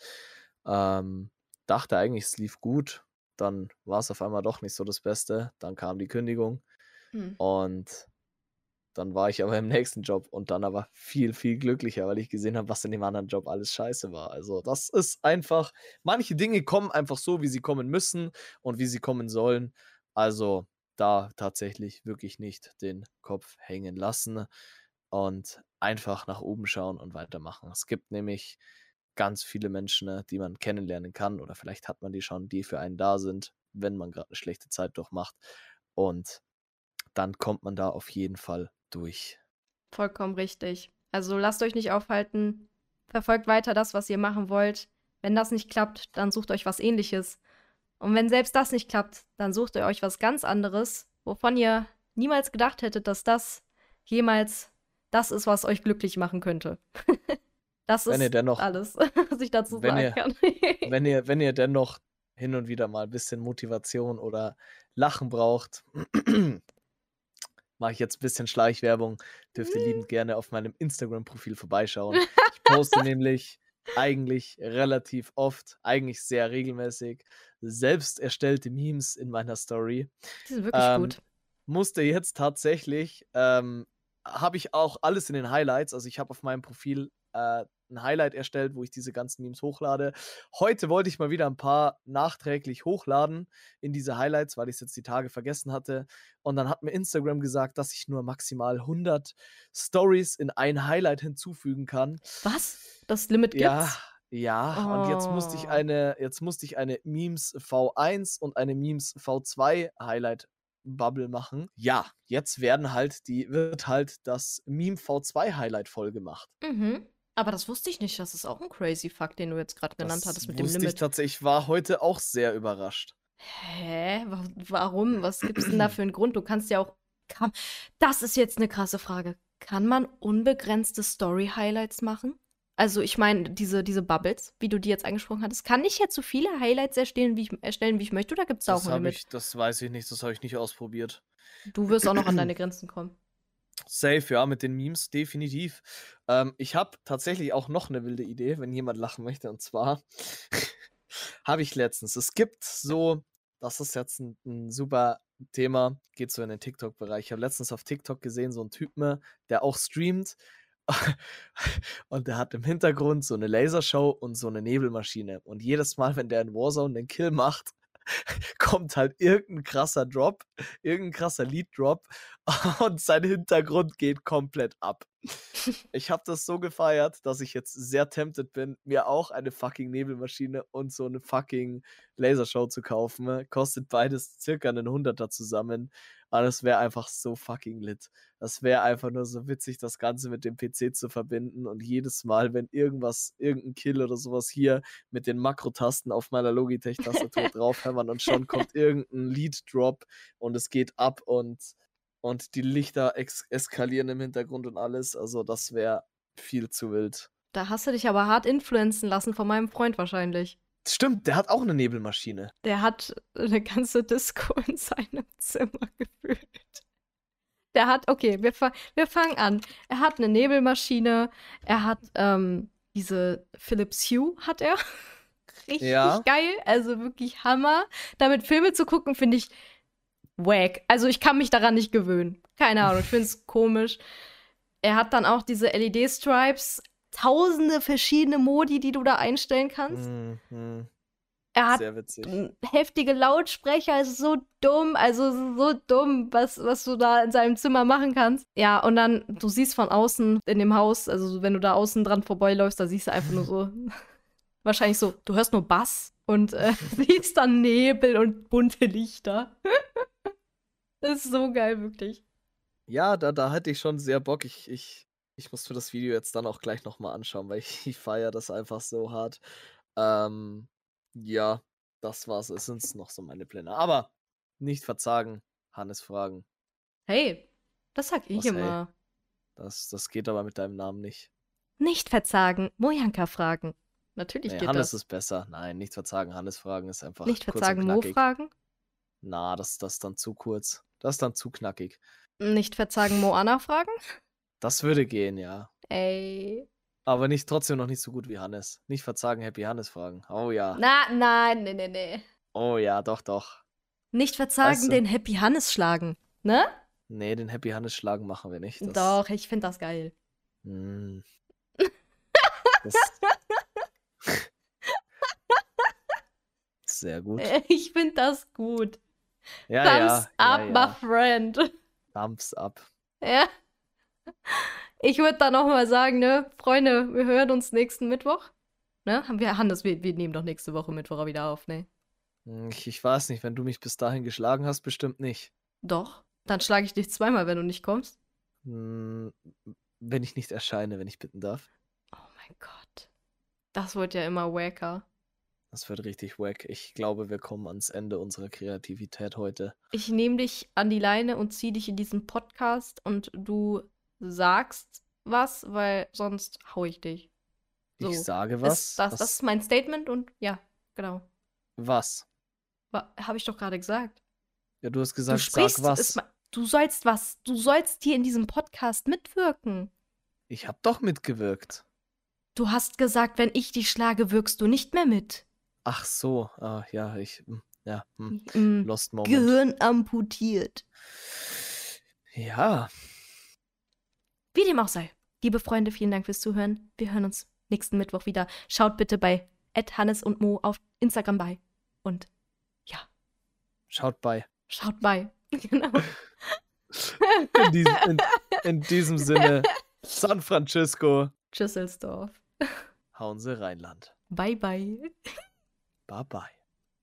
[SPEAKER 2] Ähm, Dachte eigentlich, es lief gut. Dann war es auf einmal doch nicht so das Beste. Dann kam die Kündigung
[SPEAKER 1] Hm.
[SPEAKER 2] und dann war ich aber im nächsten Job und dann aber viel, viel glücklicher, weil ich gesehen habe, was in dem anderen Job alles scheiße war. Also, das ist einfach manche Dinge kommen einfach so, wie sie kommen müssen und wie sie kommen sollen. Also, da tatsächlich wirklich nicht den Kopf hängen lassen und einfach nach oben schauen und weitermachen. Es gibt nämlich ganz viele Menschen, ne, die man kennenlernen kann oder vielleicht hat man die schon, die für einen da sind, wenn man gerade eine schlechte Zeit durchmacht und dann kommt man da auf jeden Fall durch.
[SPEAKER 1] Vollkommen richtig. Also lasst euch nicht aufhalten. Verfolgt weiter das, was ihr machen wollt. Wenn das nicht klappt, dann sucht euch was Ähnliches. Und wenn selbst das nicht klappt, dann sucht ihr euch was ganz anderes, wovon ihr niemals gedacht hättet, dass das jemals das ist, was euch glücklich machen könnte. Das
[SPEAKER 2] Wenn ihr
[SPEAKER 1] ist
[SPEAKER 2] dennoch
[SPEAKER 1] alles, was ich dazu
[SPEAKER 2] wenn
[SPEAKER 1] sagen
[SPEAKER 2] ihr
[SPEAKER 1] kann.
[SPEAKER 2] wenn ihr dennoch hin und wieder mal ein bisschen Motivation oder Lachen braucht, mache ich jetzt ein bisschen Schleichwerbung, dürft ihr liebend gerne auf meinem Instagram-Profil vorbeischauen. Ich poste nämlich eigentlich relativ oft, eigentlich sehr regelmäßig, selbst erstellte Memes in meiner Story.
[SPEAKER 1] Die sind wirklich
[SPEAKER 2] Ähm,
[SPEAKER 1] gut.
[SPEAKER 2] Musste jetzt tatsächlich habe ich auch alles in den Highlights. Also, ich habe auf meinem Profil, 'n Highlight erstellt, wo ich diese ganzen Memes hochlade. Heute wollte ich mal wieder ein paar nachträglich hochladen in diese Highlights, weil ich's jetzt die Tage vergessen hatte. Und dann hat mir Instagram gesagt, dass ich nur maximal 100 Stories in ein Highlight hinzufügen kann.
[SPEAKER 1] Was? Das Limit
[SPEAKER 2] Ja,
[SPEAKER 1] gibt's?
[SPEAKER 2] ja, und
[SPEAKER 1] Oh.
[SPEAKER 2] jetzt musste ich eine Memes V1 und eine Memes V2 Highlight Bubble machen. Ja, jetzt wird halt das Meme V2 Highlight voll gemacht.
[SPEAKER 1] Mhm. Aber das wusste ich nicht. Das ist auch ein crazy Fakt, den du jetzt gerade genannt
[SPEAKER 2] Das
[SPEAKER 1] hattest mit dem
[SPEAKER 2] wusste ich
[SPEAKER 1] Limit.
[SPEAKER 2] tatsächlich. Ich war heute auch sehr überrascht.
[SPEAKER 1] Hä? Warum? Was gibt's denn da für einen Grund? Du kannst ja auch. Kann, das ist jetzt eine krasse Frage. Kann man unbegrenzte Story-Highlights machen? Also, ich meine, diese Bubbles, wie du die jetzt angesprochen hattest, kann ich jetzt so viele Highlights erstellen, wie ich möchte, oder gibt's da auch ein Limit?
[SPEAKER 2] Das weiß ich nicht, das habe ich nicht ausprobiert.
[SPEAKER 1] Du wirst auch noch an deine Grenzen kommen.
[SPEAKER 2] Safe, ja, mit den Memes, definitiv. Ich habe tatsächlich auch noch eine wilde Idee, wenn jemand lachen möchte. Und zwar habe ich letztens, es gibt so, das ist jetzt ein super Thema, geht so in den TikTok-Bereich. Ich habe letztens auf TikTok gesehen, so einen Typen, der auch streamt. Und der hat im Hintergrund so eine Lasershow und so eine Nebelmaschine. Und jedes Mal, wenn der in Warzone den Kill macht, kommt halt irgendein krasser Drop, irgendein krasser Lead-Drop und sein Hintergrund geht komplett ab. Ich habe das so gefeiert, dass ich jetzt sehr tempted bin, mir auch eine fucking Nebelmaschine und so eine fucking Lasershow zu kaufen. Kostet beides circa einen Hunderter zusammen. Aber das wäre einfach so fucking lit. Das wäre einfach nur so witzig, das Ganze mit dem PC zu verbinden und jedes Mal, wenn irgendein Kill oder sowas hier mit den Makrotasten auf meiner Logitech-Tastatur draufhämmern und schon kommt irgendein Lead-Drop und es geht ab und die Lichter eskalieren im Hintergrund und alles. Also das wäre viel zu wild.
[SPEAKER 1] Da hast du dich aber hart influenzen lassen von meinem Freund wahrscheinlich.
[SPEAKER 2] Stimmt, der hat auch eine Nebelmaschine.
[SPEAKER 1] Der hat eine ganze Disco in seinem Zimmer gefühlt. Der hat, okay, wir fangen an. Er hat eine Nebelmaschine, er hat diese Philips Hue hat er. Richtig geil, also wirklich Hammer. Damit Filme zu gucken, finde ich wack. Also ich kann mich daran nicht gewöhnen. Keine Ahnung, ich finde es komisch. Er hat dann auch diese LED-Stripes, tausende verschiedene Modi, die du da einstellen kannst.
[SPEAKER 2] Mhm.
[SPEAKER 1] Er hat
[SPEAKER 2] Sehr witzig.
[SPEAKER 1] heftige Lautsprecher, ist so dumm, was du da in seinem Zimmer machen kannst. Ja, und dann, du siehst von außen in dem Haus, also wenn du da außen dran vorbeiläufst, da siehst du einfach nur so, wahrscheinlich so, du hörst nur Bass und siehst dann Nebel und bunte Lichter. Das ist so geil, wirklich.
[SPEAKER 2] Ja, da hätte ich schon sehr Bock. Ich muss mir das Video jetzt dann auch gleich nochmal anschauen, weil ich feiere das einfach so hart. Ja, das war's. Es sind noch so meine Pläne. Aber nicht verzagen, Hannes fragen.
[SPEAKER 1] Hey, das sag ich
[SPEAKER 2] Was, hey?
[SPEAKER 1] immer.
[SPEAKER 2] Das geht aber mit deinem Namen nicht.
[SPEAKER 1] Nicht verzagen, Mojanka fragen. Natürlich geht
[SPEAKER 2] Hannes
[SPEAKER 1] das.
[SPEAKER 2] ist besser. Nein, nicht verzagen, Hannes fragen ist einfach
[SPEAKER 1] Nicht
[SPEAKER 2] kurz und
[SPEAKER 1] verzagen, Mo
[SPEAKER 2] knackig.
[SPEAKER 1] fragen.
[SPEAKER 2] Na, das ist dann zu kurz. Das ist dann zu knackig.
[SPEAKER 1] Nicht verzagen, Moana fragen.
[SPEAKER 2] Das würde gehen, ja.
[SPEAKER 1] Ey.
[SPEAKER 2] Aber trotzdem noch nicht so gut wie Hannes. Nicht verzagen, Happy Hannes fragen. Oh ja.
[SPEAKER 1] Nein, nee.
[SPEAKER 2] Oh ja, doch.
[SPEAKER 1] Nicht verzagen,
[SPEAKER 2] Weißt du?
[SPEAKER 1] den Happy Hannes schlagen, ne?
[SPEAKER 2] Nee, den Happy Hannes schlagen machen wir nicht.
[SPEAKER 1] Doch, ich finde das geil.
[SPEAKER 2] Sehr gut.
[SPEAKER 1] Ich finde das gut.
[SPEAKER 2] Ja,
[SPEAKER 1] Thumbs up,
[SPEAKER 2] ja.
[SPEAKER 1] my friend.
[SPEAKER 2] Thumbs up.
[SPEAKER 1] Ja. Ich würde da nochmal sagen, ne, Freunde, wir hören uns nächsten Mittwoch. Ne? Hannes, wir nehmen doch nächste Woche Mittwoch wieder auf, ne?
[SPEAKER 2] Ich weiß nicht, wenn du mich bis dahin geschlagen hast, bestimmt nicht.
[SPEAKER 1] Doch. Dann schlage ich dich zweimal, wenn du nicht kommst.
[SPEAKER 2] Wenn ich nicht erscheine, wenn ich bitten darf.
[SPEAKER 1] Oh mein Gott. Das wird ja immer wacker.
[SPEAKER 2] Das wird richtig wack. Ich glaube, wir kommen ans Ende unserer Kreativität heute.
[SPEAKER 1] Ich nehme dich an die Leine und ziehe dich in diesen Podcast und du sagst was, weil sonst hau ich dich. So.
[SPEAKER 2] Ich sage was?
[SPEAKER 1] Das ist mein Statement und ja, genau.
[SPEAKER 2] Was?
[SPEAKER 1] Habe ich doch gerade gesagt.
[SPEAKER 2] Ja, du hast gesagt,
[SPEAKER 1] sag
[SPEAKER 2] was.
[SPEAKER 1] Du sollst was. Du sollst hier in diesem Podcast mitwirken.
[SPEAKER 2] Ich habe doch mitgewirkt.
[SPEAKER 1] Du hast gesagt, wenn ich dich schlage, wirkst du nicht mehr mit.
[SPEAKER 2] Ach so, ja, Lost Moment.
[SPEAKER 1] Gehirn amputiert.
[SPEAKER 2] Ja.
[SPEAKER 1] Wie dem auch sei. Liebe Freunde, vielen Dank fürs Zuhören. Wir hören uns nächsten Mittwoch wieder. Schaut bitte bei @Hannes und Mo auf Instagram bei. Und ja.
[SPEAKER 2] Schaut bei.
[SPEAKER 1] Genau.
[SPEAKER 2] In diesem Sinne, San Francisco.
[SPEAKER 1] Tschüsselsdorf.
[SPEAKER 2] Hauen Sie Rheinland.
[SPEAKER 1] Bye, bye.
[SPEAKER 2] Bye, bye.